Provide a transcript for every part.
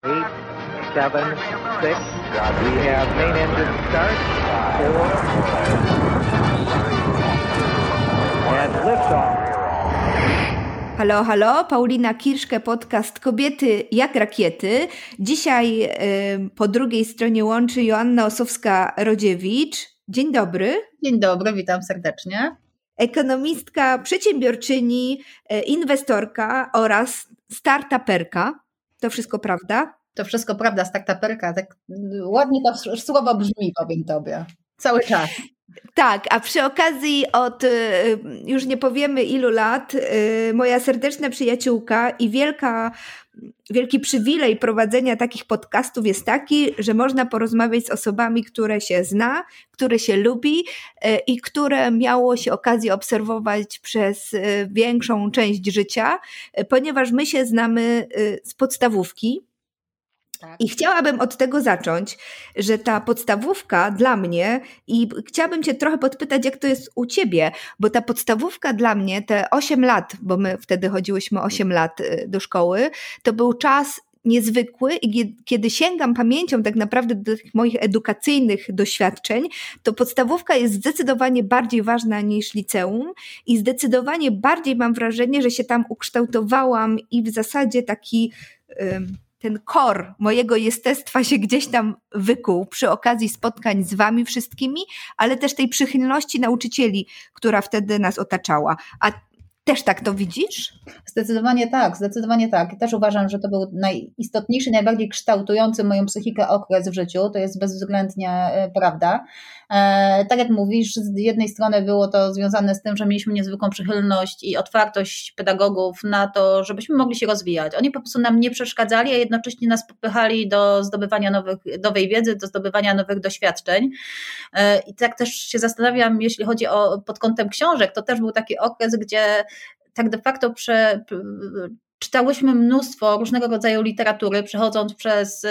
8, 7, 6. We have main engine start. 4. And liftoff. Halo, halo, Paulina Kirszke, podcast Kobiety jak rakiety. Dzisiaj po drugiej stronie łączy Joanna Osowska-Rodziewicz. Dzień dobry. Dzień dobry, witam serdecznie. Ekonomistka, przedsiębiorczyni, inwestorka oraz startuperka. To wszystko prawda? To wszystko prawda, startuperka. Tak ładnie to słowo brzmi, powiem tobie. Cały czas. Tak, a przy okazji od już nie powiemy ilu lat moja serdeczna przyjaciółka i wielki przywilej prowadzenia takich podcastów jest taki, że można porozmawiać z osobami, które się zna, które się lubi i które miało się okazję obserwować przez większą część życia, ponieważ my się znamy z podstawówki. I chciałabym od tego zacząć, że ta podstawówka dla mnie, i chciałabym Cię trochę podpytać, jak to jest u Ciebie, bo ta podstawówka dla mnie, te 8 lat, bo my wtedy chodziłyśmy 8 lat do szkoły, to był czas niezwykły i kiedy sięgam pamięcią tak naprawdę do tych moich edukacyjnych doświadczeń, to podstawówka jest zdecydowanie bardziej ważna niż liceum i zdecydowanie bardziej mam wrażenie, że się tam ukształtowałam i w zasadzie taki... ten core mojego jestestwa się gdzieś tam wykuł przy okazji spotkań z wami wszystkimi, ale też tej przychylności nauczycieli, która wtedy nas otaczała. A też tak to widzisz? Zdecydowanie tak, zdecydowanie tak. I też uważam, że to był najistotniejszy, najbardziej kształtujący moją psychikę okres w życiu. To jest bezwzględnie prawda. Tak jak mówisz, z jednej strony było to związane z tym, że mieliśmy niezwykłą przychylność i otwartość pedagogów na to, żebyśmy mogli się rozwijać. Oni po prostu nam nie przeszkadzali, a jednocześnie nas popychali do zdobywania nowej wiedzy, do zdobywania nowych doświadczeń. I tak też się zastanawiam, jeśli chodzi pod kątem książek, to też był taki okres, gdzie tak de facto czytałyśmy mnóstwo różnego rodzaju literatury, przechodząc przez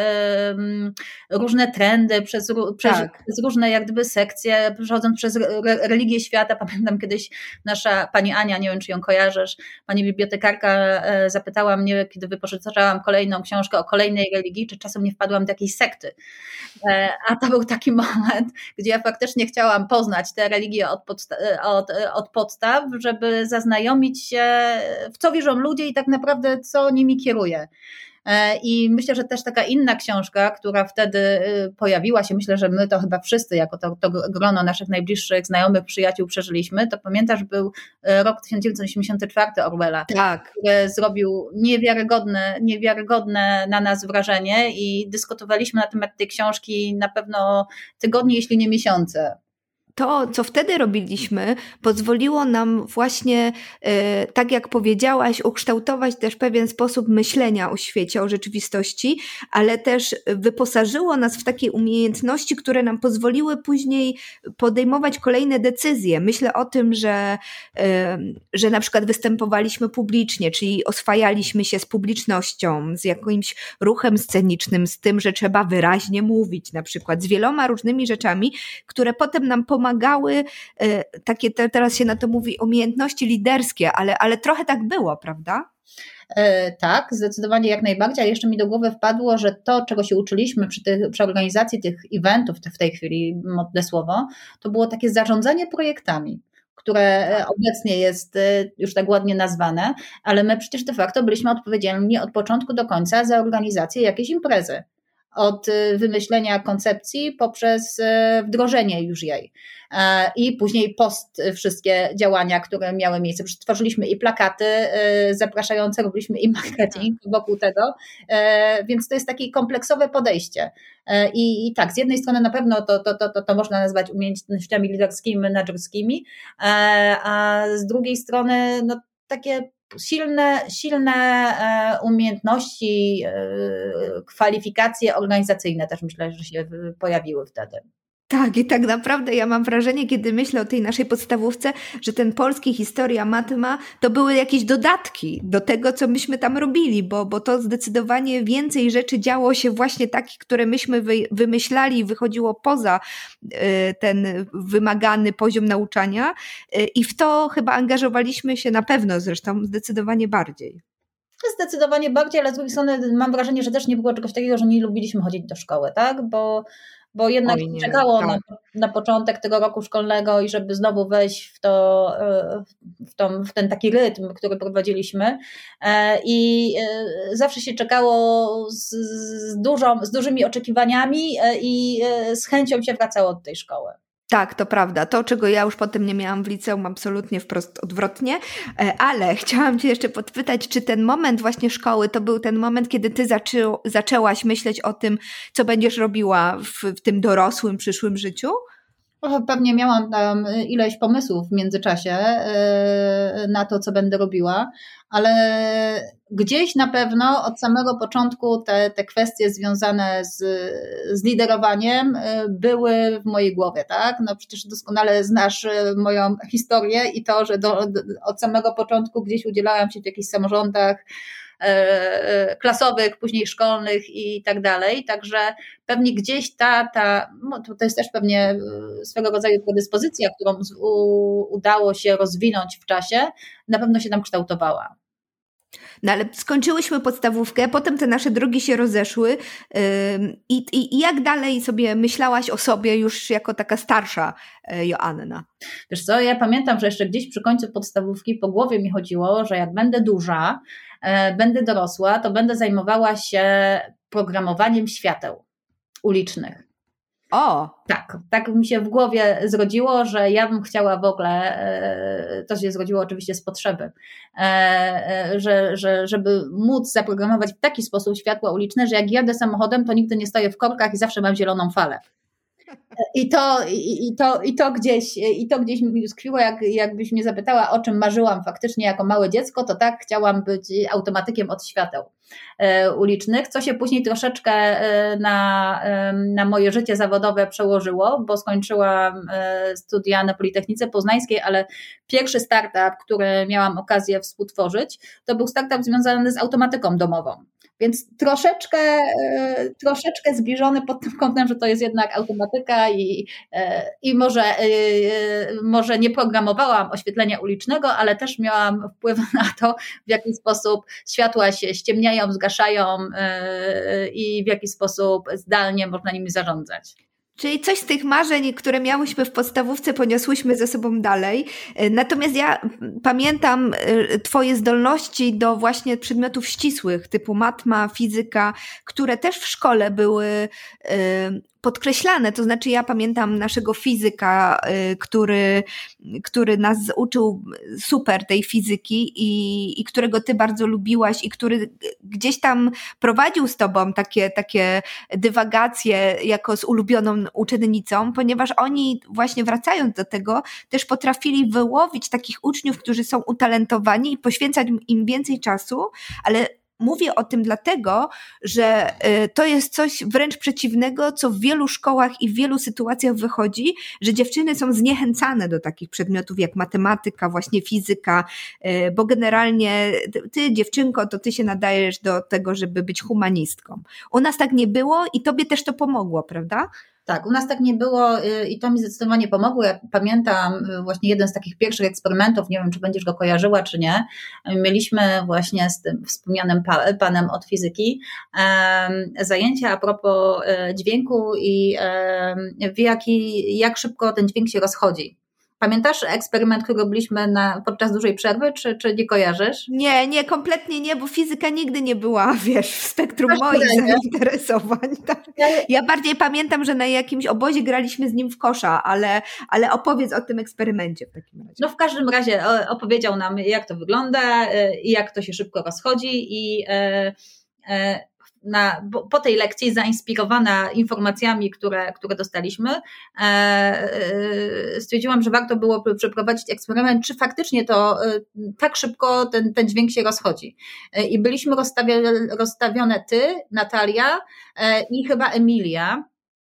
różne trendy, przez różne jak gdyby sekcje, przechodząc przez religię świata. Pamiętam kiedyś nasza pani Ania, nie wiem czy ją kojarzysz, pani bibliotekarka zapytała mnie, kiedy wypożyczałam kolejną książkę o kolejnej religii, czy czasem nie wpadłam do jakiejś sekty. A to był taki moment, gdzie ja faktycznie chciałam poznać tę religię od podstaw, żeby zaznajomić się, w co wierzą ludzie i tak naprawdę co nimi kieruje. I myślę, że też taka inna książka, która wtedy pojawiła się, myślę, że my to chyba wszyscy jako to grono naszych najbliższych znajomych, przyjaciół przeżyliśmy, to pamiętasz, był rok 1984 Orwella, tak, który zrobił niewiarygodne na nas wrażenie i dyskutowaliśmy na temat tej książki na pewno tygodnie, jeśli nie miesiące. To, co wtedy robiliśmy, pozwoliło nam właśnie, tak jak powiedziałaś, ukształtować też pewien sposób myślenia o świecie, o rzeczywistości, ale też wyposażyło nas w takie umiejętności, które nam pozwoliły później podejmować kolejne decyzje. Myślę o tym, że na przykład występowaliśmy publicznie, czyli oswajaliśmy się z publicznością, z jakimś ruchem scenicznym, z tym, że trzeba wyraźnie mówić, na przykład z wieloma różnymi rzeczami, które potem nam pomagały, takie teraz się na to mówi umiejętności liderskie, ale trochę tak było, prawda? Tak, zdecydowanie jak najbardziej, a jeszcze mi do głowy wpadło, że to, czego się uczyliśmy przy organizacji tych eventów, w tej chwili modne słowo, to było takie zarządzanie projektami, które obecnie jest już tak ładnie nazwane, ale my przecież de facto byliśmy odpowiedzialni od początku do końca za organizację jakiejś imprezy. Od wymyślenia koncepcji poprzez wdrożenie już jej i później wszystkie działania, które miały miejsce. Tworzyliśmy i plakaty zapraszające, robiliśmy i marketing wokół tego, więc to jest takie kompleksowe podejście. I tak, z jednej strony na pewno to można nazwać umiejętnościami liderskimi, menedżerskimi, a z drugiej strony no, takie silne umiejętności, kwalifikacje organizacyjne też myślę, że się pojawiły wtedy. Tak, i tak naprawdę ja mam wrażenie, kiedy myślę o tej naszej podstawówce, że ten polski, historia, matma, to były jakieś dodatki do tego, co myśmy tam robili, bo to zdecydowanie więcej rzeczy działo się właśnie takich, które myśmy wymyślali, wychodziło poza ten wymagany poziom nauczania i w to chyba angażowaliśmy się na pewno zresztą zdecydowanie bardziej. Zdecydowanie bardziej, ale z drugiej strony mam wrażenie, że też nie było czegoś takiego, że nie lubiliśmy chodzić do szkoły, tak? Bo jednak Nie, czekało tak. na początek tego roku szkolnego i żeby znowu wejść w to, w ten taki rytm, który prowadziliśmy. I zawsze się czekało z dużymi oczekiwaniami i z chęcią się wracało do tej szkoły. Tak, to prawda. To, czego ja już potem nie miałam w liceum, absolutnie wprost odwrotnie. Ale chciałam cię jeszcze podpytać, czy ten moment właśnie szkoły to był ten moment, kiedy ty zaczęłaś myśleć o tym, co będziesz robiła w tym dorosłym, przyszłym życiu? Pewnie miałam tam ileś pomysłów w międzyczasie na to, co będę robiła, ale gdzieś na pewno od samego początku te kwestie związane z liderowaniem były w mojej głowie, tak? No przecież doskonale znasz moją historię i to, że od samego początku gdzieś udzielałam się w jakichś samorządach klasowych, później szkolnych i tak dalej, także pewnie gdzieś to jest też pewnie swego rodzaju predyspozycja, którą udało się rozwinąć w czasie, na pewno się tam kształtowała. No ale skończyłyśmy podstawówkę, potem te nasze drogi się rozeszły i jak dalej sobie myślałaś o sobie już jako taka starsza Joanna? Wiesz co, ja pamiętam, że jeszcze gdzieś przy końcu podstawówki po głowie mi chodziło, że jak będę duża, będę dorosła, to będę zajmowała się programowaniem świateł ulicznych. O! Tak mi się w głowie zrodziło, że ja bym chciała w ogóle, to się zrodziło oczywiście z potrzeby, żeby móc zaprogramować w taki sposób światła uliczne, że jak jadę samochodem, to nigdy nie stoję w korkach i zawsze mam zieloną falę. I to gdzieś mi utkwiło, jakbyś mnie zapytała, o czym marzyłam faktycznie jako małe dziecko, to tak, chciałam być automatykiem od świateł ulicznych, co się później troszeczkę na moje życie zawodowe przełożyło, bo skończyłam studia na Politechnice Poznańskiej, ale pierwszy startup, który miałam okazję współtworzyć, to był startup związany z automatyką domową. Więc troszeczkę zbliżony pod tym kątem, że to jest jednak automatyka i może nie programowałam oświetlenia ulicznego, ale też miałam wpływ na to, w jaki sposób światła się ściemniają, zgaszają i w jaki sposób zdalnie można nimi zarządzać. Czyli coś z tych marzeń, które miałyśmy w podstawówce, poniosłyśmy ze sobą dalej. Natomiast ja pamiętam twoje zdolności do właśnie przedmiotów ścisłych, typu matma, fizyka, które też w szkole były podkreślane. To znaczy ja pamiętam naszego fizyka, który nas uczył super tej fizyki i którego ty bardzo lubiłaś i który gdzieś tam prowadził z tobą takie dywagacje jako z ulubioną uczennicą, ponieważ oni właśnie wracając do tego też potrafili wyłowić takich uczniów, którzy są utalentowani i poświęcać im więcej czasu, ale mówię o tym dlatego, że to jest coś wręcz przeciwnego, co w wielu szkołach i w wielu sytuacjach wychodzi, że dziewczyny są zniechęcane do takich przedmiotów jak matematyka, właśnie fizyka, bo generalnie ty, dziewczynko, to ty się nadajesz do tego, żeby być humanistką. U nas tak nie było i tobie też to pomogło, prawda? Tak, u nas tak nie było i to mi zdecydowanie pomogło. Ja pamiętam właśnie jeden z takich pierwszych eksperymentów, nie wiem, czy będziesz go kojarzyła, czy nie. Mieliśmy właśnie z tym wspomnianym panem od fizyki zajęcia a propos dźwięku i jak szybko ten dźwięk się rozchodzi. Pamiętasz eksperyment, który robiliśmy podczas dużej przerwy, czy nie kojarzysz? Nie, kompletnie nie, bo fizyka nigdy nie była, wiesz, w spektrum moich zainteresowań. Tak. Ja bardziej pamiętam, że na jakimś obozie graliśmy z nim w kosza, ale opowiedz o tym eksperymencie w takim razie. No w każdym razie opowiedział nam, jak to wygląda i jak to się szybko rozchodzi i po tej lekcji zainspirowana informacjami, które dostaliśmy, stwierdziłam, że warto było przeprowadzić eksperyment, czy faktycznie to tak szybko ten dźwięk się rozchodzi. I byliśmy rozstawione ty, Natalia i chyba Emilia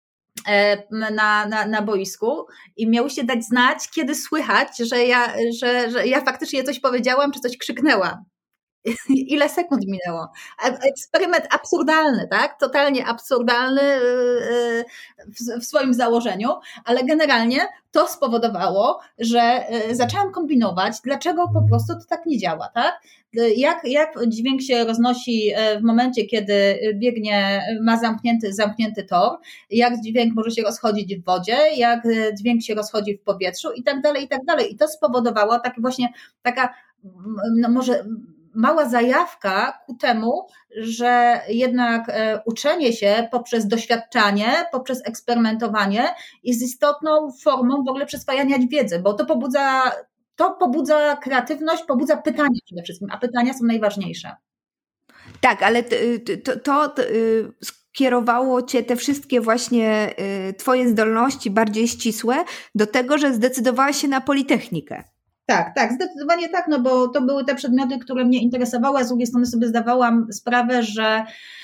na boisku i miałyście dać znać, kiedy słychać, że ja faktycznie coś powiedziałam, czy coś krzyknęłam. Ile sekund minęło? Eksperyment absurdalny, tak? Totalnie absurdalny w swoim założeniu, ale generalnie to spowodowało, że zaczęłam kombinować, dlaczego po prostu to tak nie działa, tak? Jak dźwięk się roznosi w momencie, kiedy biegnie, ma zamknięty tor, jak dźwięk może się rozchodzić w wodzie, jak dźwięk się rozchodzi w powietrzu i tak dalej, i tak dalej. I to spowodowało taka, no może mała zajawka ku temu, że jednak uczenie się poprzez doświadczanie, poprzez eksperymentowanie jest istotną formą w ogóle przyswajania wiedzy, bo to pobudza kreatywność, pobudza pytania przede wszystkim, a pytania są najważniejsze. Tak, ale to skierowało cię te wszystkie właśnie twoje zdolności bardziej ścisłe do tego, że zdecydowałaś się na Politechnikę. Tak, zdecydowanie tak, no bo to były te przedmioty, które mnie interesowały, a z drugiej strony sobie zdawałam sprawę, że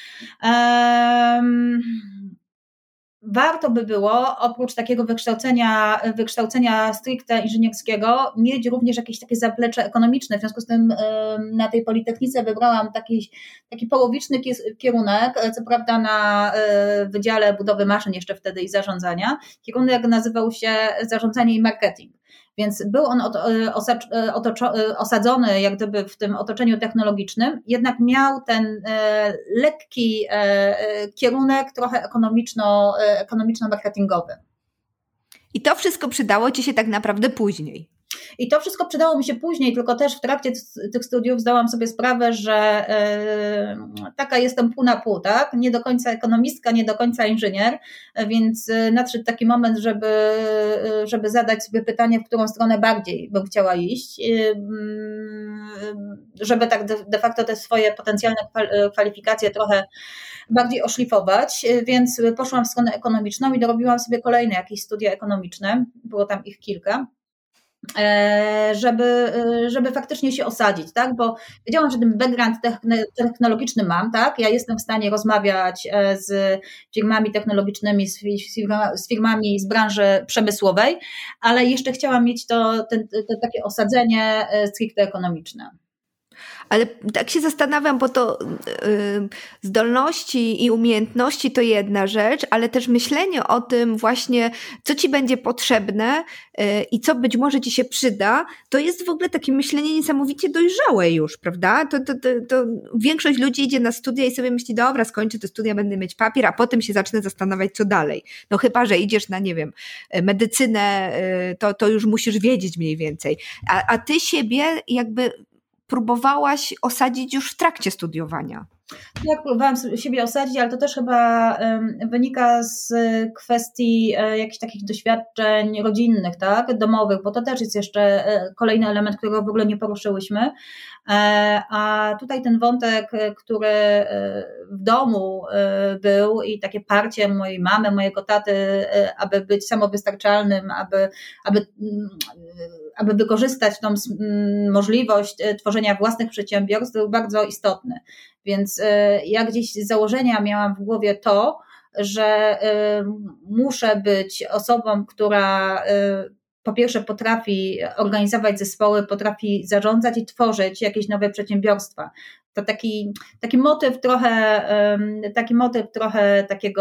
warto by było oprócz takiego wykształcenia stricte inżynierskiego mieć również jakieś takie zaplecze ekonomiczne. W związku z tym na tej Politechnice wybrałam taki połowiczny kierunek, co prawda na Wydziale Budowy Maszyn jeszcze wtedy i Zarządzania. Kierunek nazywał się Zarządzanie i Marketing. Więc był on osadzony jak gdyby w tym otoczeniu technologicznym, jednak miał ten lekki kierunek trochę ekonomiczno-marketingowy. I to wszystko przydało ci się tak naprawdę później. I to wszystko przydało mi się później, tylko też w trakcie tych studiów zdałam sobie sprawę, że taka jestem pół na pół, tak? Nie do końca ekonomistka, nie do końca inżynier, więc nadszedł taki moment, żeby zadać sobie pytanie, w którą stronę bardziej bym chciała iść, żeby tak de facto te swoje potencjalne kwalifikacje trochę bardziej oszlifować, więc poszłam w stronę ekonomiczną i dorobiłam sobie kolejne jakieś studia ekonomiczne, było tam ich kilka. Żeby faktycznie się osadzić, tak? Bo wiedziałam, że ten background technologiczny mam, tak? Ja jestem w stanie rozmawiać z firmami technologicznymi, z firmami z branży przemysłowej, ale jeszcze chciałam mieć to takie osadzenie stricte ekonomiczne. Ale tak się zastanawiam, bo to zdolności i umiejętności to jedna rzecz, ale też myślenie o tym właśnie, co ci będzie potrzebne i co być może ci się przyda, to jest w ogóle takie myślenie niesamowicie dojrzałe już, prawda? To większość ludzi idzie na studia i sobie myśli, dobra, skończę te studia, będę mieć papier, a potem się zacznę zastanawiać, co dalej. No chyba, że idziesz na, nie wiem, medycynę, to już musisz wiedzieć mniej więcej. A ty siebie jakby próbowałaś osadzić już w trakcie studiowania. Ja próbowałam siebie osadzić, ale to też chyba wynika z kwestii jakichś takich doświadczeń rodzinnych, tak, domowych, bo to też jest jeszcze kolejny element, którego w ogóle nie poruszyłyśmy. A tutaj ten wątek, który w domu był i takie parcie mojej mamy, mojego taty, aby być samowystarczalnym, aby wykorzystać tą możliwość tworzenia własnych przedsiębiorstw, był bardzo istotny. Więc ja gdzieś z założenia miałam w głowie to, że muszę być osobą, która po pierwsze potrafi organizować zespoły, potrafi zarządzać i tworzyć jakieś nowe przedsiębiorstwa. To taki motyw trochę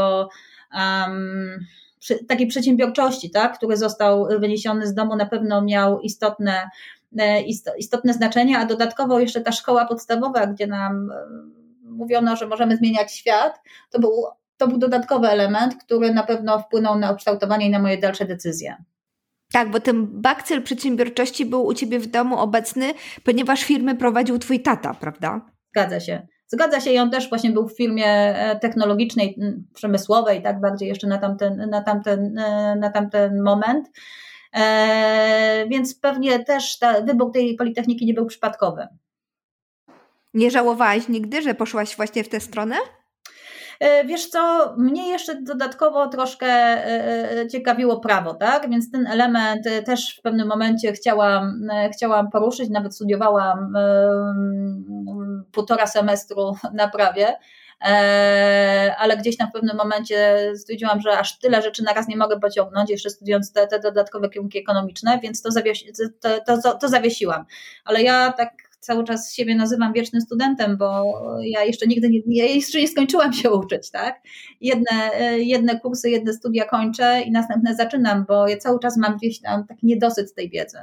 takiej przedsiębiorczości, tak, który został wyniesiony z domu, na pewno miał istotne znaczenie, a dodatkowo jeszcze ta szkoła podstawowa, gdzie nam mówiono, że możemy zmieniać świat, to był dodatkowy element, który na pewno wpłynął na ukształtowanie i na moje dalsze decyzje. Tak, bo ten bakcyl przedsiębiorczości był u ciebie w domu obecny, ponieważ firmę prowadził twój tata, prawda? Zgadza się i on też właśnie był w firmie technologicznej, przemysłowej, tak bardziej jeszcze na tamten moment. Więc pewnie też wybór tej Politechniki nie był przypadkowy. Nie żałowałaś nigdy, że poszłaś właśnie w tę stronę? Wiesz co, mnie jeszcze dodatkowo troszkę ciekawiło prawo, tak? Więc ten element też w pewnym momencie chciałam poruszyć, nawet studiowałam 1,5 semestru na prawie, ale gdzieś tam w pewnym momencie stwierdziłam, że aż tyle rzeczy na raz nie mogę pociągnąć, jeszcze studiując te dodatkowe kierunki ekonomiczne, więc to zawiesiłam. Ale ja tak cały czas siebie nazywam wiecznym studentem, bo ja jeszcze nie skończyłam się uczyć, tak? Jedne kursy, jedne studia kończę i następne zaczynam, bo ja cały czas mam gdzieś tam taki niedosyt tej wiedzy.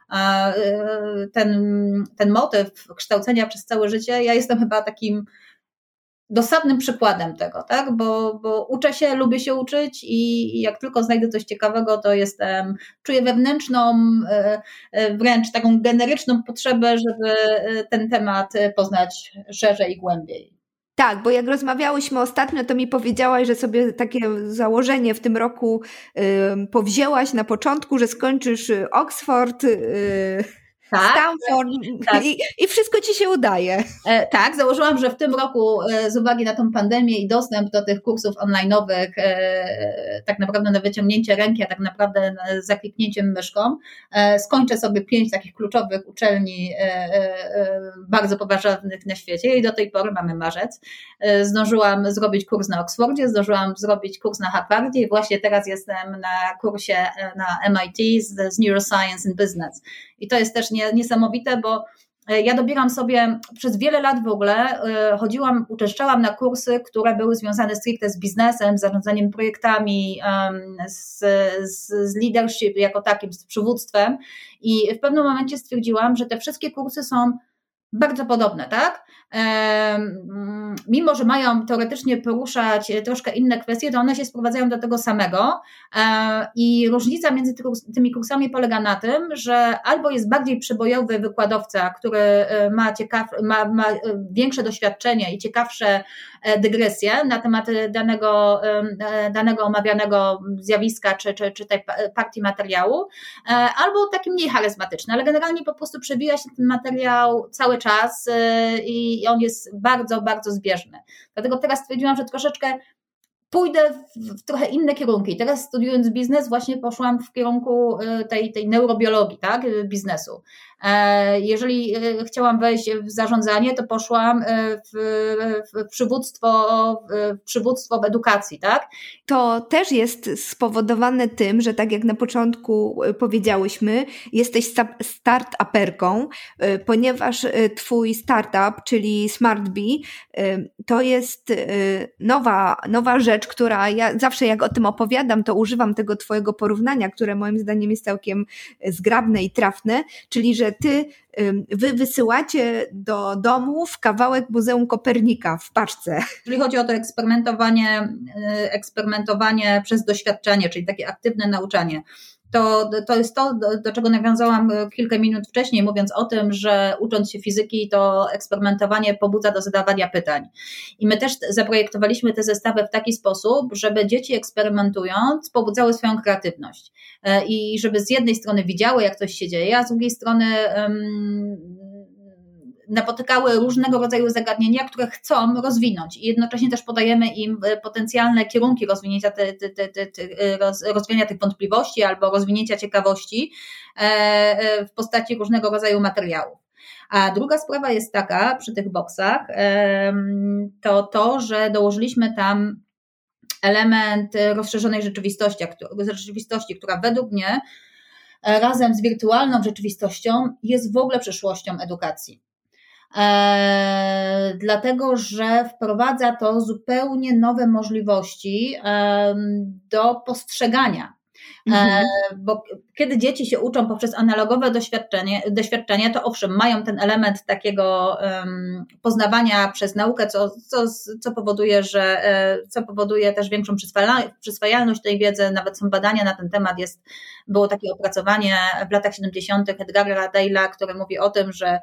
Ten motyw kształcenia przez całe życie, ja jestem chyba takim dosadnym przykładem tego, tak? Bo uczę się, lubię się uczyć i jak tylko znajdę coś ciekawego, to czuję wewnętrzną, wręcz taką generyczną potrzebę, żeby ten temat poznać szerzej i głębiej. Tak, bo jak rozmawiałyśmy ostatnio, to mi powiedziałaś, że sobie takie założenie w tym roku powzięłaś na początku, że skończysz Oxford, Stanford tak. I wszystko ci się udaje. Tak, założyłam, że w tym roku z uwagi na tą pandemię i dostęp do tych kursów online'owych tak naprawdę na wyciągnięcie ręki, a tak naprawdę za kliknięciem myszką skończę sobie 5 takich kluczowych uczelni bardzo poważnych na świecie i do tej pory mamy marzec. Zdążyłam zrobić kurs na Oxfordzie, zdążyłam zrobić kurs na Harvardzie i właśnie teraz jestem na kursie na MIT z Neuroscience and Business. I to jest też niesamowite, bo ja dobieram sobie przez wiele lat w ogóle, uczęszczałam na kursy, które były związane stricte z biznesem, z zarządzaniem projektami, z leadership jako takim, z przywództwem i w pewnym momencie stwierdziłam, że te wszystkie kursy są bardzo podobne, tak? Mimo że mają teoretycznie poruszać troszkę inne kwestie, to one się sprowadzają do tego samego i różnica między tymi kursami polega na tym, że albo jest bardziej przebojowy wykładowca, który ma większe doświadczenie i ciekawsze dygresje na temat danego omawianego zjawiska czy tej partii materiału, albo taki mniej charyzmatyczny, ale generalnie po prostu przewija się ten materiał cały czas i on jest bardzo, bardzo zbieżny. Dlatego teraz stwierdziłam, że troszeczkę pójdę w trochę inne kierunki. Teraz studiując biznes właśnie poszłam w kierunku tej neurobiologii, tak, biznesu. Jeżeli chciałam wejść w zarządzanie, to poszłam w przywództwo w edukacji, tak? To też jest spowodowane tym, że tak jak na początku powiedziałyśmy, jesteś start-uperką, ponieważ twój startup, czyli SmartBee, to jest nowa rzecz, która ja zawsze jak o tym opowiadam, to używam tego twojego porównania, które moim zdaniem jest całkiem zgrabne i trafne, czyli że wy wysyłacie do domów kawałek Muzeum Kopernika w paczce. Jeżeli chodzi o to eksperymentowanie przez doświadczenie, czyli takie aktywne nauczanie, to jest to, do czego nawiązałam kilka minut wcześniej, mówiąc o tym, że ucząc się fizyki, to eksperymentowanie pobudza do zadawania pytań. I my też zaprojektowaliśmy te zestawy w taki sposób, żeby dzieci eksperymentując pobudzały swoją kreatywność. I żeby z jednej strony widziały, jak coś się dzieje, a z drugiej strony napotykały różnego rodzaju zagadnienia, które chcą rozwinąć i jednocześnie też podajemy im potencjalne kierunki rozwijania tych wątpliwości albo rozwinięcia ciekawości w postaci różnego rodzaju materiałów. A druga sprawa jest taka przy tych boksach, to, że dołożyliśmy tam element rozszerzonej rzeczywistości, która według mnie razem z wirtualną rzeczywistością jest w ogóle przyszłością edukacji. Dlatego, że wprowadza to zupełnie nowe możliwości do postrzegania. Bo kiedy dzieci się uczą poprzez analogowe doświadczenia, to owszem, mają ten element takiego poznawania przez naukę, co powoduje też większą przyswajalność tej wiedzy. Nawet są badania na ten temat. Było takie opracowanie w latach 70. Edgara Dale'a, które mówi o tym, że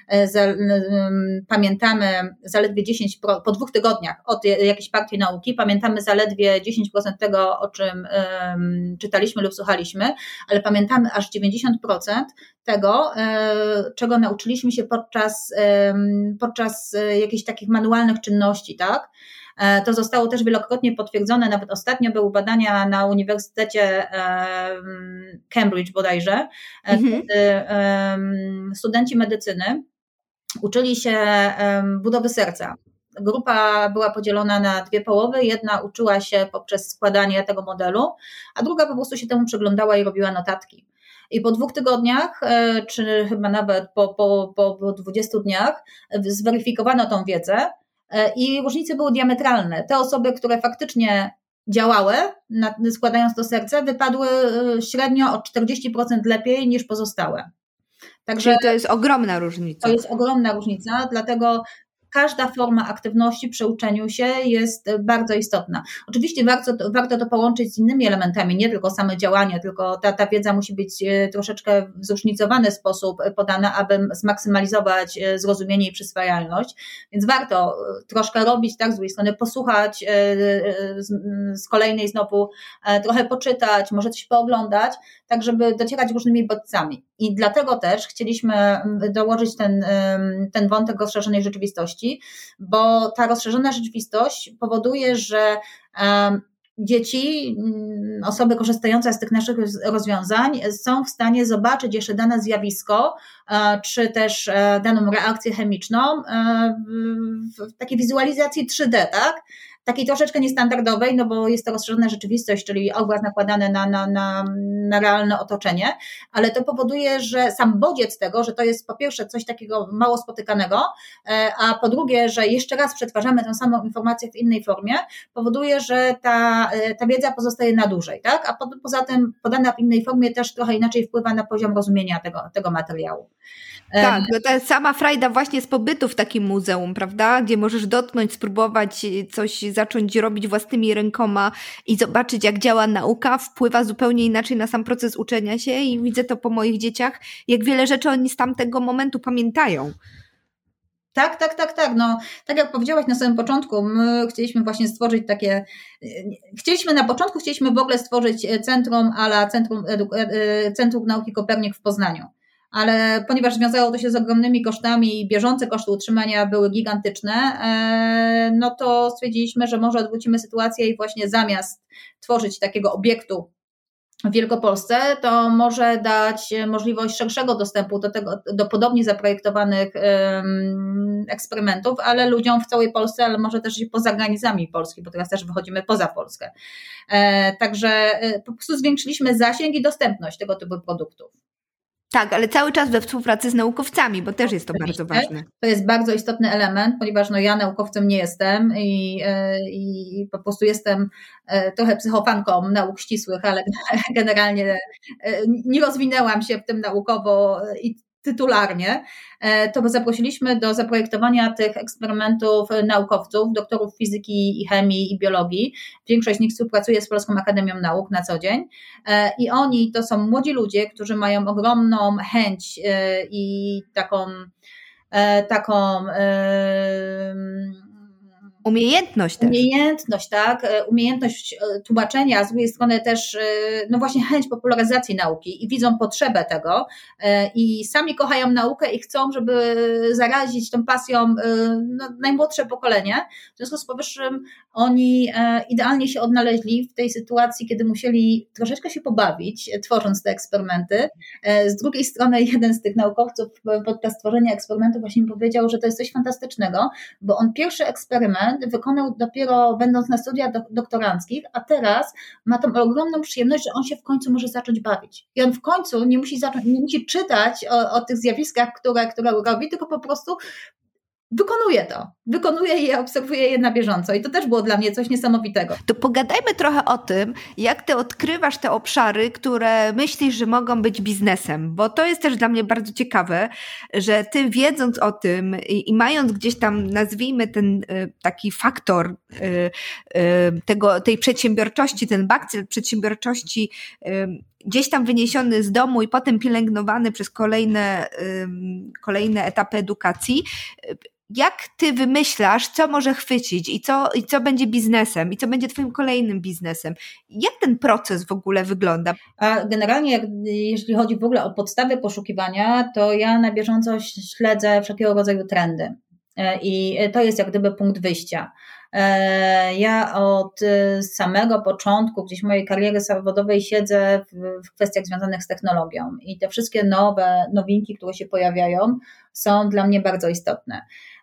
pamiętamy zaledwie 10%, po 2 tygodniach od jakiejś partii nauki, pamiętamy zaledwie 10% tego, o czym czytaliśmy lub słuchaliśmy, ale pamiętamy aż 90% tego, czego nauczyliśmy się podczas jakichś takich manualnych czynności, tak? To zostało też wielokrotnie potwierdzone, nawet ostatnio były badania na Uniwersytecie Cambridge bodajże, kiedy studenci medycyny uczyli się budowy serca. Grupa była podzielona na 2 połowy, jedna uczyła się poprzez składanie tego modelu, a druga po prostu się temu przyglądała i robiła notatki. i po 2 tygodniach, czy chyba nawet po 20 dniach zweryfikowano tą wiedzę i różnice były diametralne. Te osoby, które faktycznie działały, składając to serce, wypadły średnio o 40% lepiej niż pozostałe. Także czyli to jest ogromna różnica. To jest ogromna różnica, dlatego każda forma aktywności przy uczeniu się jest bardzo istotna. Oczywiście warto to połączyć z innymi elementami, nie tylko same działanie, tylko ta wiedza musi być troszeczkę w zróżnicowany sposób podana, aby zmaksymalizować zrozumienie i przyswajalność, więc warto troszkę robić, tak, z drugiej strony posłuchać, z kolejnej znowu trochę poczytać, może coś pooglądać, tak żeby docierać różnymi bodźcami. I dlatego też chcieliśmy dołożyć ten wątek rozszerzonej rzeczywistości, bo ta rozszerzona rzeczywistość powoduje, że dzieci, osoby korzystające z tych naszych rozwiązań są w stanie zobaczyć jeszcze dane zjawisko, czy też daną reakcję chemiczną w takiej wizualizacji 3D, tak? Takiej troszeczkę niestandardowej, no bo jest to rozszerzona rzeczywistość, czyli obraz nakładany na realne otoczenie, ale to powoduje, że sam bodziec tego, że to jest po pierwsze coś takiego mało spotykanego, a po drugie, że jeszcze raz przetwarzamy tę samą informację w innej formie, powoduje, że ta wiedza pozostaje na dłużej, tak? A poza tym podana w innej formie też trochę inaczej wpływa na poziom rozumienia tego materiału. Tak, no to jest sama frajda właśnie z pobytu w takim muzeum, prawda? Gdzie możesz dotknąć, spróbować coś zacząć robić własnymi rękoma i zobaczyć, jak działa nauka, wpływa zupełnie inaczej na sam proces uczenia się i widzę to po moich dzieciach, jak wiele rzeczy oni z tamtego momentu pamiętają. Tak. No, tak jak powiedziałaś na samym początku, my chcieliśmy właśnie stworzyć chcieliśmy w ogóle stworzyć centrum Centrum Nauki Kopernik w Poznaniu. Ale ponieważ wiązało to się z ogromnymi kosztami i bieżące koszty utrzymania były gigantyczne, no to stwierdziliśmy, że może odwrócimy sytuację i właśnie zamiast tworzyć takiego obiektu w Wielkopolsce, to może dać możliwość szerszego dostępu do podobnie zaprojektowanych eksperymentów, ale ludziom w całej Polsce, ale może też i poza granicami Polski, bo teraz też wychodzimy poza Polskę. Także po prostu zwiększyliśmy zasięg i dostępność tego typu produktów. Tak, ale cały czas we współpracy z naukowcami, bo też jest to bardzo ważne. To jest bardzo istotny element, ponieważ ja naukowcem nie jestem i po prostu jestem trochę psychofanką nauk ścisłych, ale generalnie nie rozwinęłam się w tym naukowo i tytularnie, to zaprosiliśmy do zaprojektowania tych eksperymentów naukowców, doktorów fizyki i chemii i biologii. Większość z nich współpracuje z Polską Akademią Nauk na co dzień i oni to są młodzi ludzie, którzy mają ogromną chęć i taką umiejętność też. Tak, umiejętność tłumaczenia, z drugiej strony też no właśnie chęć popularyzacji nauki i widzą potrzebę tego i sami kochają naukę i chcą, żeby zarazić tą pasją najmłodsze pokolenie. W związku z powyższym oni idealnie się odnaleźli w tej sytuacji, kiedy musieli troszeczkę się pobawić, tworząc te eksperymenty. Z drugiej strony jeden z tych naukowców podczas tworzenia eksperymentu właśnie mi powiedział, że to jest coś fantastycznego, bo on pierwszy eksperyment wykonał dopiero będąc na studiach doktoranckich, a teraz ma tą ogromną przyjemność, że on się w końcu może zacząć bawić. I on w końcu nie musi czytać o tych zjawiskach, które robi, tylko po prostu wykonuje je, obserwuje je na bieżąco i to też było dla mnie coś niesamowitego. To pogadajmy trochę o tym, jak ty odkrywasz te obszary, które myślisz, że mogą być biznesem, bo to jest też dla mnie bardzo ciekawe, że ty wiedząc o tym i mając gdzieś tam, nazwijmy ten taki faktor tej przedsiębiorczości, ten bakcyl przedsiębiorczości gdzieś tam wyniesiony z domu i potem pielęgnowany przez kolejne etapy edukacji, jak ty wymyślasz, co może chwycić i co będzie biznesem i co będzie twoim kolejnym biznesem? Jak ten proces w ogóle wygląda? A generalnie, jeśli chodzi w ogóle o podstawy poszukiwania, to ja na bieżąco śledzę wszelkiego rodzaju trendy i to jest jak gdyby punkt wyjścia. Ja od samego początku gdzieś mojej kariery zawodowej siedzę w kwestiach związanych z technologią i te wszystkie nowinki, które się pojawiają, są dla mnie bardzo istotne.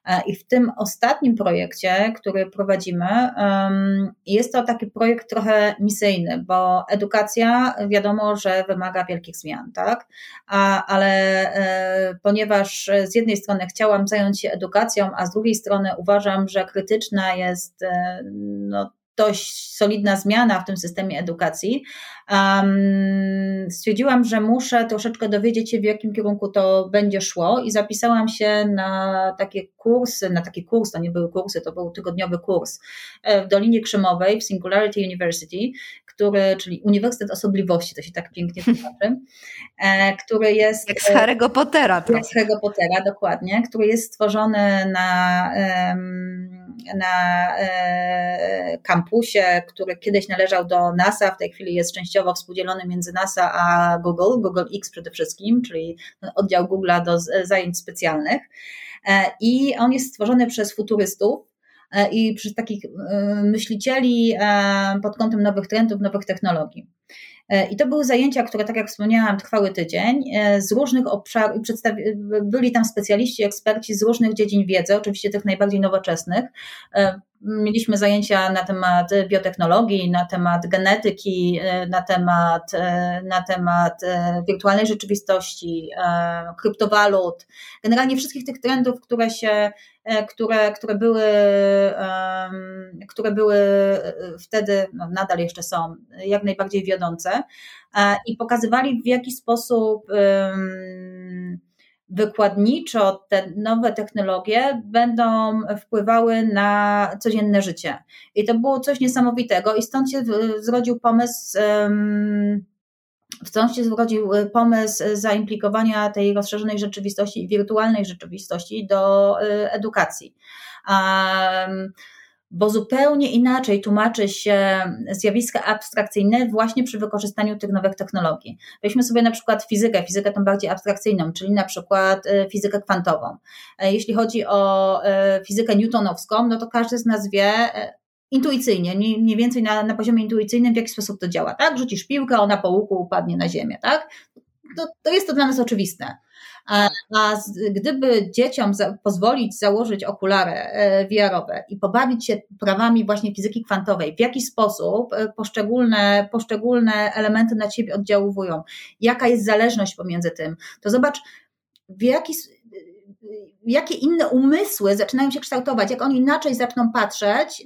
I w tym ostatnim projekcie, który prowadzimy, jest to taki projekt trochę misyjny, bo edukacja wiadomo, że wymaga wielkich zmian, tak? Ale ponieważ z jednej strony chciałam zająć się edukacją, a z drugiej strony uważam, że krytyczna jest dość solidna zmiana w tym systemie edukacji, stwierdziłam, że muszę troszeczkę dowiedzieć się, w jakim kierunku to będzie szło i zapisałam się na takie kursy, to nie były kursy, to był tygodniowy kurs w Dolinie Krzemowej w Singularity University, czyli Uniwersytet Osobliwości, to się tak pięknie tłumaczy, który jest... Jak z Harry'ego Pottera. Jak z Harry'ego Pottera, dokładnie, który jest stworzony na kampusie, który kiedyś należał do NASA, w tej chwili jest częściowo współdzielony między NASA a Google X przede wszystkim, czyli oddział Google'a do zajęć specjalnych. I on jest stworzony przez futurystów i przez takich myślicieli pod kątem nowych trendów, nowych technologii. I to były zajęcia, które, tak jak wspomniałam, trwały tydzień z różnych obszarów, byli tam specjaliści, eksperci z różnych dziedzin wiedzy, oczywiście tych najbardziej nowoczesnych. Mieliśmy zajęcia na temat biotechnologii, na temat genetyki, na temat wirtualnej rzeczywistości, kryptowalut, generalnie wszystkich tych trendów, które były wtedy, nadal jeszcze są jak najbardziej wiodące i pokazywali, w jaki sposób wykładniczo te nowe technologie będą wpływały na codzienne życie. I to było coś niesamowitego i stąd się zrodził pomysł zaimplikowania tej rozszerzonej rzeczywistości i wirtualnej rzeczywistości do edukacji. Bo zupełnie inaczej tłumaczy się zjawiska abstrakcyjne właśnie przy wykorzystaniu tych nowych technologii. Weźmy sobie na przykład fizykę tą bardziej abstrakcyjną, czyli na przykład fizykę kwantową. Jeśli chodzi o fizykę newtonowską, no to każdy z nas wie intuicyjnie, mniej więcej na poziomie intuicyjnym, w jaki sposób to działa, tak? Rzucisz piłkę, ona po łuku upadnie na ziemię, tak? To jest to dla nas oczywiste. Gdyby dzieciom pozwolić założyć okulary VR-owe i pobawić się prawami właśnie fizyki kwantowej, w jaki sposób poszczególne elementy na ciebie oddziałują, jaka jest zależność pomiędzy tym, to zobacz, jakie inne umysły zaczynają się kształtować, jak oni inaczej zaczną patrzeć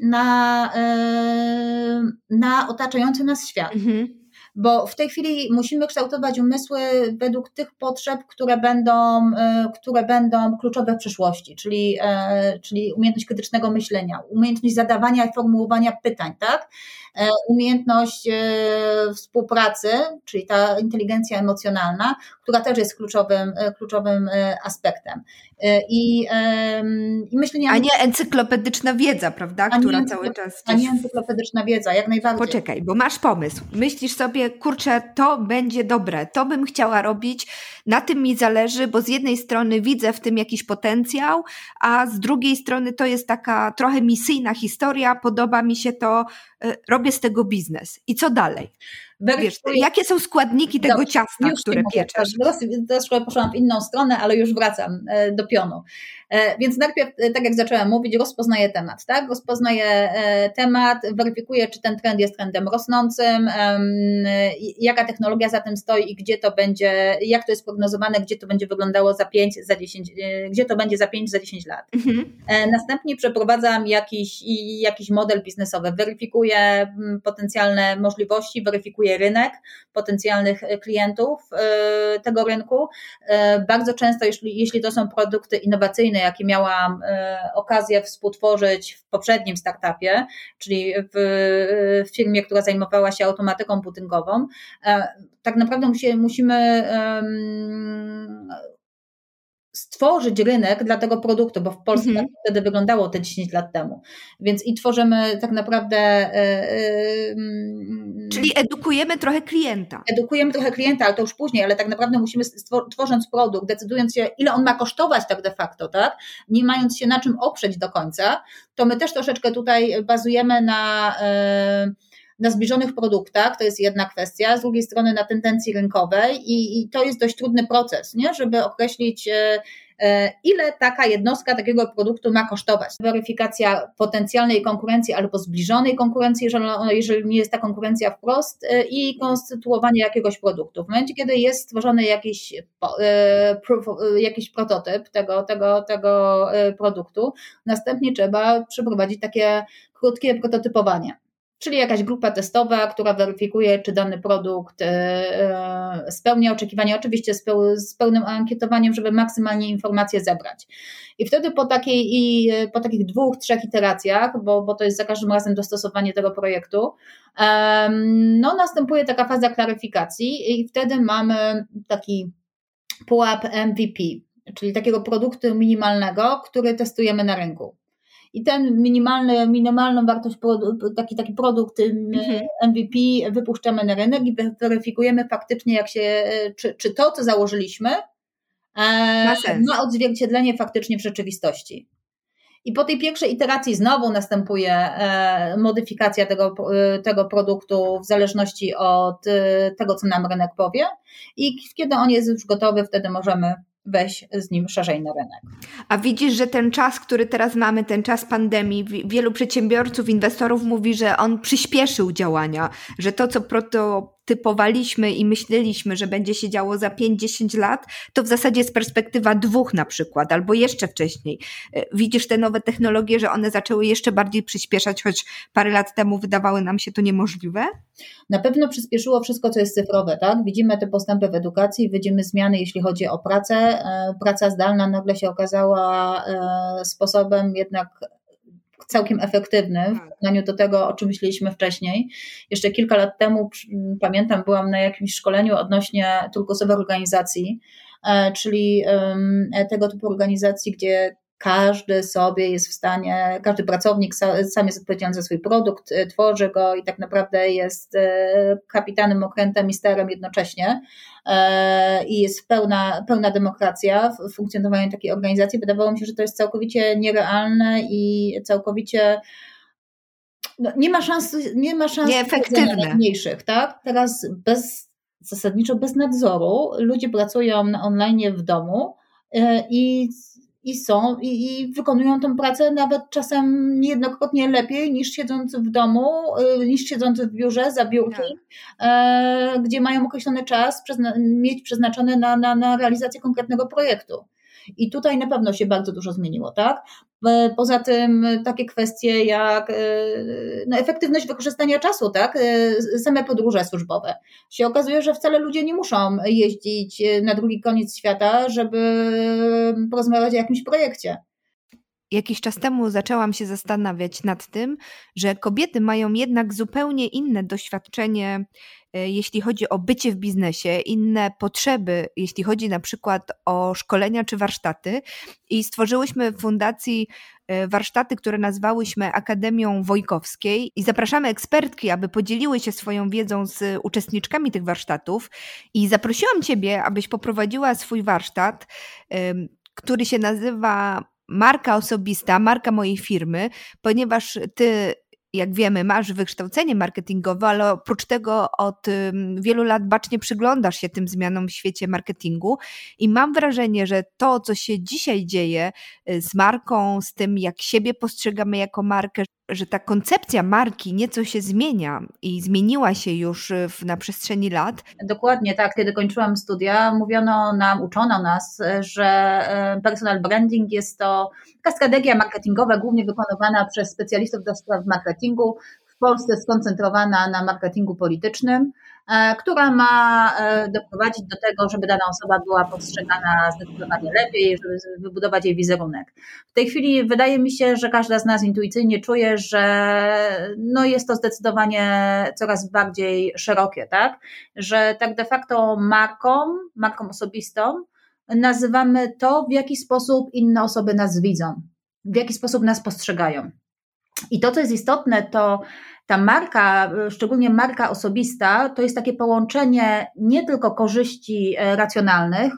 na otaczający nas świat. Mhm. Bo w tej chwili musimy kształtować umysły według tych potrzeb, które będą kluczowe w przyszłości, czyli umiejętność krytycznego myślenia, umiejętność zadawania i formułowania pytań, tak? Umiejętność współpracy, czyli ta inteligencja emocjonalna, która też jest kluczowym aspektem. I myślenie, a nie encyklopedyczna wiedza, prawda? Która cały czas... A nie encyklopedyczna wiedza, jak najbardziej. Poczekaj, bo masz pomysł. Myślisz sobie, kurczę, to będzie dobre, to bym chciała robić, na tym mi zależy, bo z jednej strony widzę w tym jakiś potencjał, a z drugiej strony to jest taka trochę misyjna historia, podoba mi się to, robię z tego biznes. I co dalej? Wiesz, jakie są składniki tego ciasta, które pieczesz? Teraz poszłam w inną stronę, ale już wracam do pionu. Więc najpierw, tak jak zaczęłam mówić, rozpoznaję temat, tak? Rozpoznaję temat, weryfikuję, czy ten trend jest trendem rosnącym, jaka technologia za tym stoi i gdzie to będzie, jak to jest prognozowane, gdzie to będzie wyglądało za 5, za 10, gdzie to będzie za 5, za 10 lat. Mhm. Następnie przeprowadzam jakiś model biznesowy, weryfikuję potencjalne możliwości, weryfikuję rynek, potencjalnych klientów tego rynku. Bardzo często, jeśli to są produkty innowacyjne, jakie miałam okazję współtworzyć w poprzednim startupie, czyli w firmie, która zajmowała się automatyką budynkową, tak naprawdę musimy stworzyć rynek dla tego produktu, bo w Polsce wtedy wyglądało te 10 lat temu. Więc i tworzymy tak naprawdę... Czyli edukujemy trochę klienta. Edukujemy trochę klienta, ale to już później, ale tak naprawdę musimy, tworząc produkt, decydując się, ile on ma kosztować tak de facto, tak? Nie mając się na czym oprzeć do końca, to my też troszeczkę tutaj bazujemy na zbliżonych produktach, to jest jedna kwestia, z drugiej strony na tendencji rynkowej i to jest dość trudny proces, nie? Żeby określić, ile taka jednostka takiego produktu ma kosztować. Weryfikacja potencjalnej konkurencji albo zbliżonej konkurencji, jeżeli nie jest ta konkurencja wprost, i konstytuowanie jakiegoś produktu. W momencie, kiedy jest stworzony jakiś prototyp tego produktu, następnie trzeba przeprowadzić takie krótkie prototypowanie. Czyli jakaś grupa testowa, która weryfikuje, czy dany produkt spełnia oczekiwania, oczywiście z pełnym ankietowaniem, żeby maksymalnie informacje zebrać. I wtedy po takich 2-3 iteracjach, bo to jest za każdym razem dostosowanie tego projektu, następuje taka faza klaryfikacji i wtedy mamy taki pułap MVP, czyli takiego produktu minimalnego, który testujemy na rynku. I ten minimalną wartość, taki produkt MVP wypuszczamy na rynek i weryfikujemy faktycznie, czy to, co założyliśmy, ma odzwierciedlenie faktycznie w rzeczywistości. I po tej pierwszej iteracji znowu następuje modyfikacja tego produktu w zależności od tego, co nam rynek powie. I kiedy on jest już gotowy, wtedy możemy wejść z nim szerzej na rynek. A widzisz, że ten czas, który teraz mamy, ten czas pandemii, wielu przedsiębiorców, inwestorów mówi, że on przyspieszył działania, że to, co prototypowaliśmy i myśleliśmy, że będzie się działo za 5-10 lat, to w zasadzie jest perspektywa 2 na przykład, albo jeszcze wcześniej. Widzisz te nowe technologie, że one zaczęły jeszcze bardziej przyspieszać, choć parę lat temu wydawały nam się to niemożliwe? Na pewno przyspieszyło wszystko, co jest cyfrowe, tak? Widzimy te postępy w edukacji, widzimy zmiany, jeśli chodzi o pracę. Praca zdalna nagle się okazała sposobem jednak całkiem efektywnym w porównaniu do tego, o czym myśleliśmy wcześniej. Jeszcze kilka lat temu, pamiętam, byłam na jakimś szkoleniu odnośnie turkusowych organizacji, czyli tego typu organizacji, gdzie każdy sobie jest w stanie, każdy pracownik sam jest odpowiedzialny za swój produkt, tworzy go i tak naprawdę jest kapitanem, okrętem i sterem jednocześnie i jest pełna demokracja w funkcjonowaniu takiej organizacji. Wydawało mi się, że to jest całkowicie nierealne i całkowicie nie ma szans nieefektywne. Mniejszych, tak? Teraz zasadniczo bez nadzoru ludzie pracują online w domu i wykonują tę pracę nawet czasem niejednokrotnie lepiej niż siedząc w domu, niż siedząc w biurze za biurkiem, gdzie mają określony czas mieć przeznaczony na realizację konkretnego projektu. I tutaj na pewno się bardzo dużo zmieniło, tak? Poza tym takie kwestie jak efektywność wykorzystania czasu, tak? Same podróże służbowe. Się okazuje, że wcale ludzie nie muszą jeździć na drugi koniec świata, żeby porozmawiać o jakimś projekcie. Jakiś czas temu zaczęłam się zastanawiać nad tym, że kobiety mają jednak zupełnie inne doświadczenie, jeśli chodzi o bycie w biznesie, inne potrzeby, jeśli chodzi na przykład o szkolenia czy warsztaty. I stworzyłyśmy w fundacji warsztaty, które nazwałyśmy Akademią Wojkowskiej i zapraszamy ekspertki, aby podzieliły się swoją wiedzą z uczestniczkami tych warsztatów. I zaprosiłam Ciebie, abyś poprowadziła swój warsztat, który się nazywa Marka osobista, marka mojej firmy, ponieważ Ty, jak wiemy, masz wykształcenie marketingowe, ale oprócz tego od wielu lat bacznie przyglądasz się tym zmianom w świecie marketingu i mam wrażenie, że to, co się dzisiaj dzieje z marką, z tym, jak siebie postrzegamy jako markę, że ta koncepcja marki nieco się zmienia i zmieniła się już na przestrzeni lat. Dokładnie tak. Kiedy kończyłam studia, uczono nas, że personal branding jest to taka strategia marketingowa, głównie wykonywana przez specjalistów do spraw marketingu, w Polsce skoncentrowana na marketingu politycznym, która ma doprowadzić do tego, żeby dana osoba była postrzegana zdecydowanie lepiej, żeby wybudować jej wizerunek. W tej chwili wydaje mi się, że każda z nas intuicyjnie czuje, że jest to zdecydowanie coraz bardziej szerokie, tak? Że tak de facto marką osobistą nazywamy to, w jaki sposób inne osoby nas widzą, w jaki sposób nas postrzegają. I to, co jest istotne, to ta marka, szczególnie marka osobista, to jest takie połączenie nie tylko korzyści racjonalnych,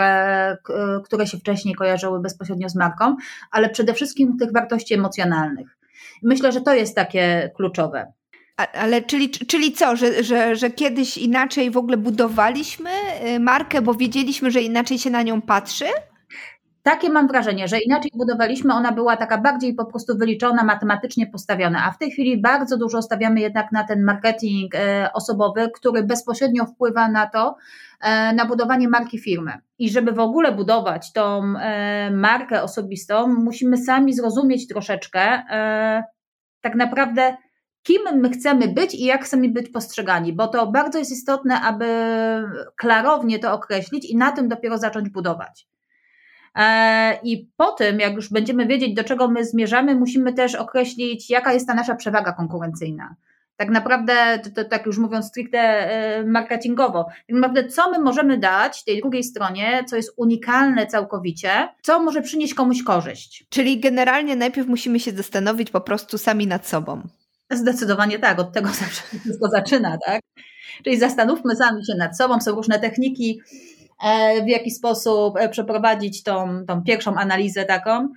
które się wcześniej kojarzyły bezpośrednio z marką, ale przede wszystkim tych wartości emocjonalnych. Myślę, że to jest takie kluczowe. Ale czyli co, że kiedyś inaczej w ogóle budowaliśmy markę, bo wiedzieliśmy, że inaczej się na nią patrzy? Takie mam wrażenie, że inaczej budowaliśmy, ona była taka bardziej po prostu wyliczona, matematycznie postawiona, a w tej chwili bardzo dużo stawiamy jednak na ten marketing osobowy, który bezpośrednio wpływa na to, na budowanie marki firmy. I żeby w ogóle budować tą markę osobistą, musimy sami zrozumieć troszeczkę tak naprawdę, kim my chcemy być i jak chcemy być postrzegani, bo to bardzo jest istotne, aby klarownie to określić i na tym dopiero zacząć budować. I po tym, jak już będziemy wiedzieć, do czego my zmierzamy, musimy też określić, jaka jest ta nasza przewaga konkurencyjna. Tak naprawdę, to tak już mówiąc stricte marketingowo, tak naprawdę co my możemy dać tej drugiej stronie, co jest unikalne całkowicie, co może przynieść komuś korzyść. Czyli generalnie najpierw musimy się zastanowić po prostu sami nad sobą. Zdecydowanie tak, od tego zawsze wszystko zaczyna, tak? Czyli zastanówmy sami się nad sobą, są różne techniki, w jaki sposób przeprowadzić tą pierwszą analizę taką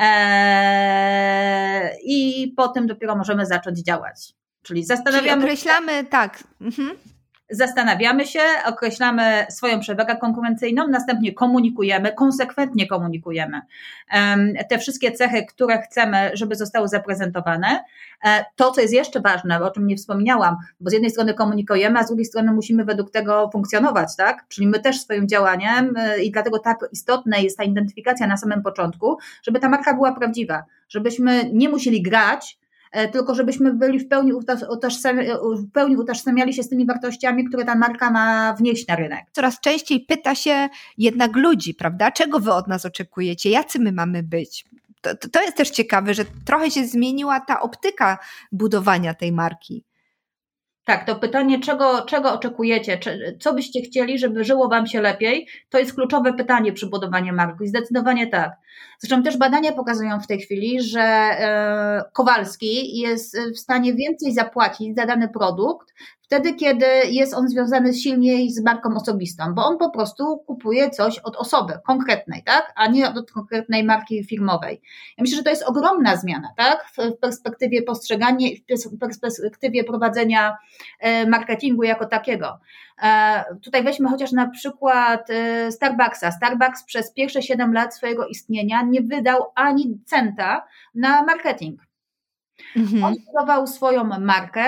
i potem dopiero możemy zacząć działać. Czyli określamy, tak. Zastanawiamy się, określamy swoją przewagę konkurencyjną, następnie komunikujemy, konsekwentnie komunikujemy te wszystkie cechy, które chcemy, żeby zostały zaprezentowane. To, co jest jeszcze ważne, o czym nie wspomniałam, bo z jednej strony komunikujemy, a z drugiej strony musimy według tego funkcjonować, tak? Czyli my też swoim działaniem i dlatego tak istotna jest ta identyfikacja na samym początku, żeby ta marka była prawdziwa, żebyśmy nie musieli grać, tylko żebyśmy byli w pełni utożsamiali się z tymi wartościami, które ta marka ma wnieść na rynek. Coraz częściej pyta się jednak ludzi, prawda? Czego wy od nas oczekujecie? Jacy my mamy być? To jest też ciekawe, że trochę się zmieniła ta optyka budowania tej marki. Tak, to pytanie, czego oczekujecie, co byście chcieli, żeby żyło wam się lepiej, to jest kluczowe pytanie przy budowaniu marki. Zdecydowanie tak. Zresztą też badania pokazują w tej chwili, że Kowalski jest w stanie więcej zapłacić za dany produkt wtedy, kiedy jest on związany silniej z marką osobistą, bo on po prostu kupuje coś od osoby konkretnej, tak, a nie od konkretnej marki firmowej. Ja myślę, że to jest ogromna zmiana, tak, w perspektywie postrzegania i w perspektywie prowadzenia marketingu jako takiego. Tutaj weźmy chociaż na przykład Starbucksa. Starbucks przez pierwsze 7 lat swojego istnienia nie wydał ani centa na marketing. On budował swoją markę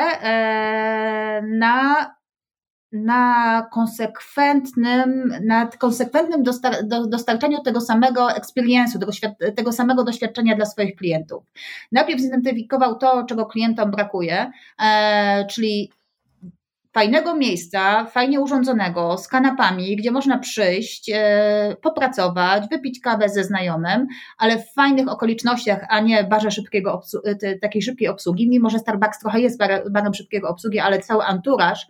na konsekwentnym dostarczaniu tego samego experience'u, tego samego doświadczenia dla swoich klientów. Najpierw zidentyfikował to, czego klientom brakuje, czyli fajnego miejsca, fajnie urządzonego, z kanapami, gdzie można przyjść, popracować, wypić kawę ze znajomym, ale w fajnych okolicznościach, a nie barze takiej szybkiej obsługi, mimo że Starbucks trochę jest barem szybkiego obsługi, ale cały anturaż,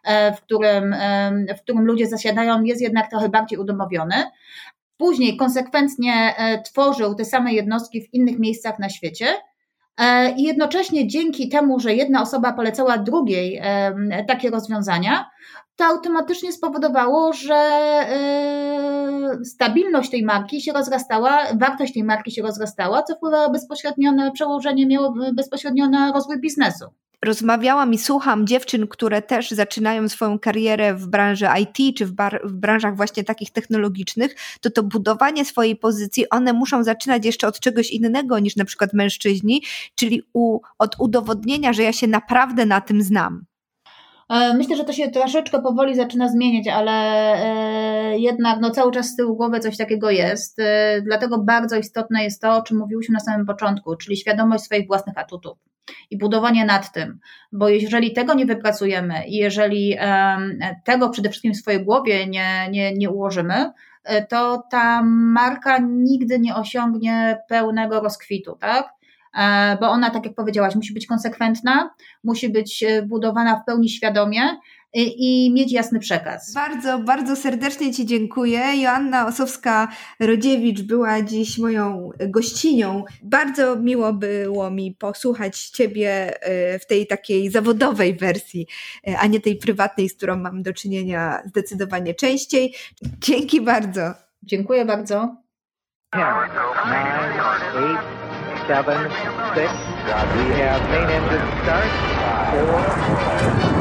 w którym ludzie zasiadają, jest jednak trochę bardziej udomowiony. Później konsekwentnie tworzył te same jednostki w innych miejscach na świecie. I jednocześnie dzięki temu, że jedna osoba polecała drugiej takie rozwiązania, to automatycznie spowodowało, że stabilność tej marki się rozrastała, wartość tej marki się rozrastała, co wpływało bezpośrednio na przełożenie, miało bezpośrednio na rozwój biznesu. Rozmawiałam i słucham dziewczyn, które też zaczynają swoją karierę w branży IT, czy w branżach właśnie takich technologicznych, to budowanie swojej pozycji, one muszą zaczynać jeszcze od czegoś innego niż na przykład mężczyźni, czyli od udowodnienia, że ja się naprawdę na tym znam. Myślę, że to się troszeczkę powoli zaczyna zmieniać, ale jednak cały czas z tyłu głowy coś takiego jest. Dlatego bardzo istotne jest to, o czym mówiłyśmy na samym początku, czyli świadomość swoich własnych atutów i budowanie nad tym, bo jeżeli tego nie wypracujemy i jeżeli tego przede wszystkim w swojej głowie nie ułożymy, to ta marka nigdy nie osiągnie pełnego rozkwitu, tak? Bo ona, tak jak powiedziałaś, musi być konsekwentna, musi być budowana w pełni świadomie i mieć jasny przekaz. Bardzo, bardzo serdecznie Ci dziękuję. Joanna Osowska-Rodziewicz była dziś moją gościnią. Bardzo miło było mi posłuchać Ciebie w tej takiej zawodowej wersji, a nie tej prywatnej, z którą mam do czynienia zdecydowanie częściej. Dzięki bardzo. Dziękuję bardzo. 10, 9, 8, 7, 6. We have main engine start. 4.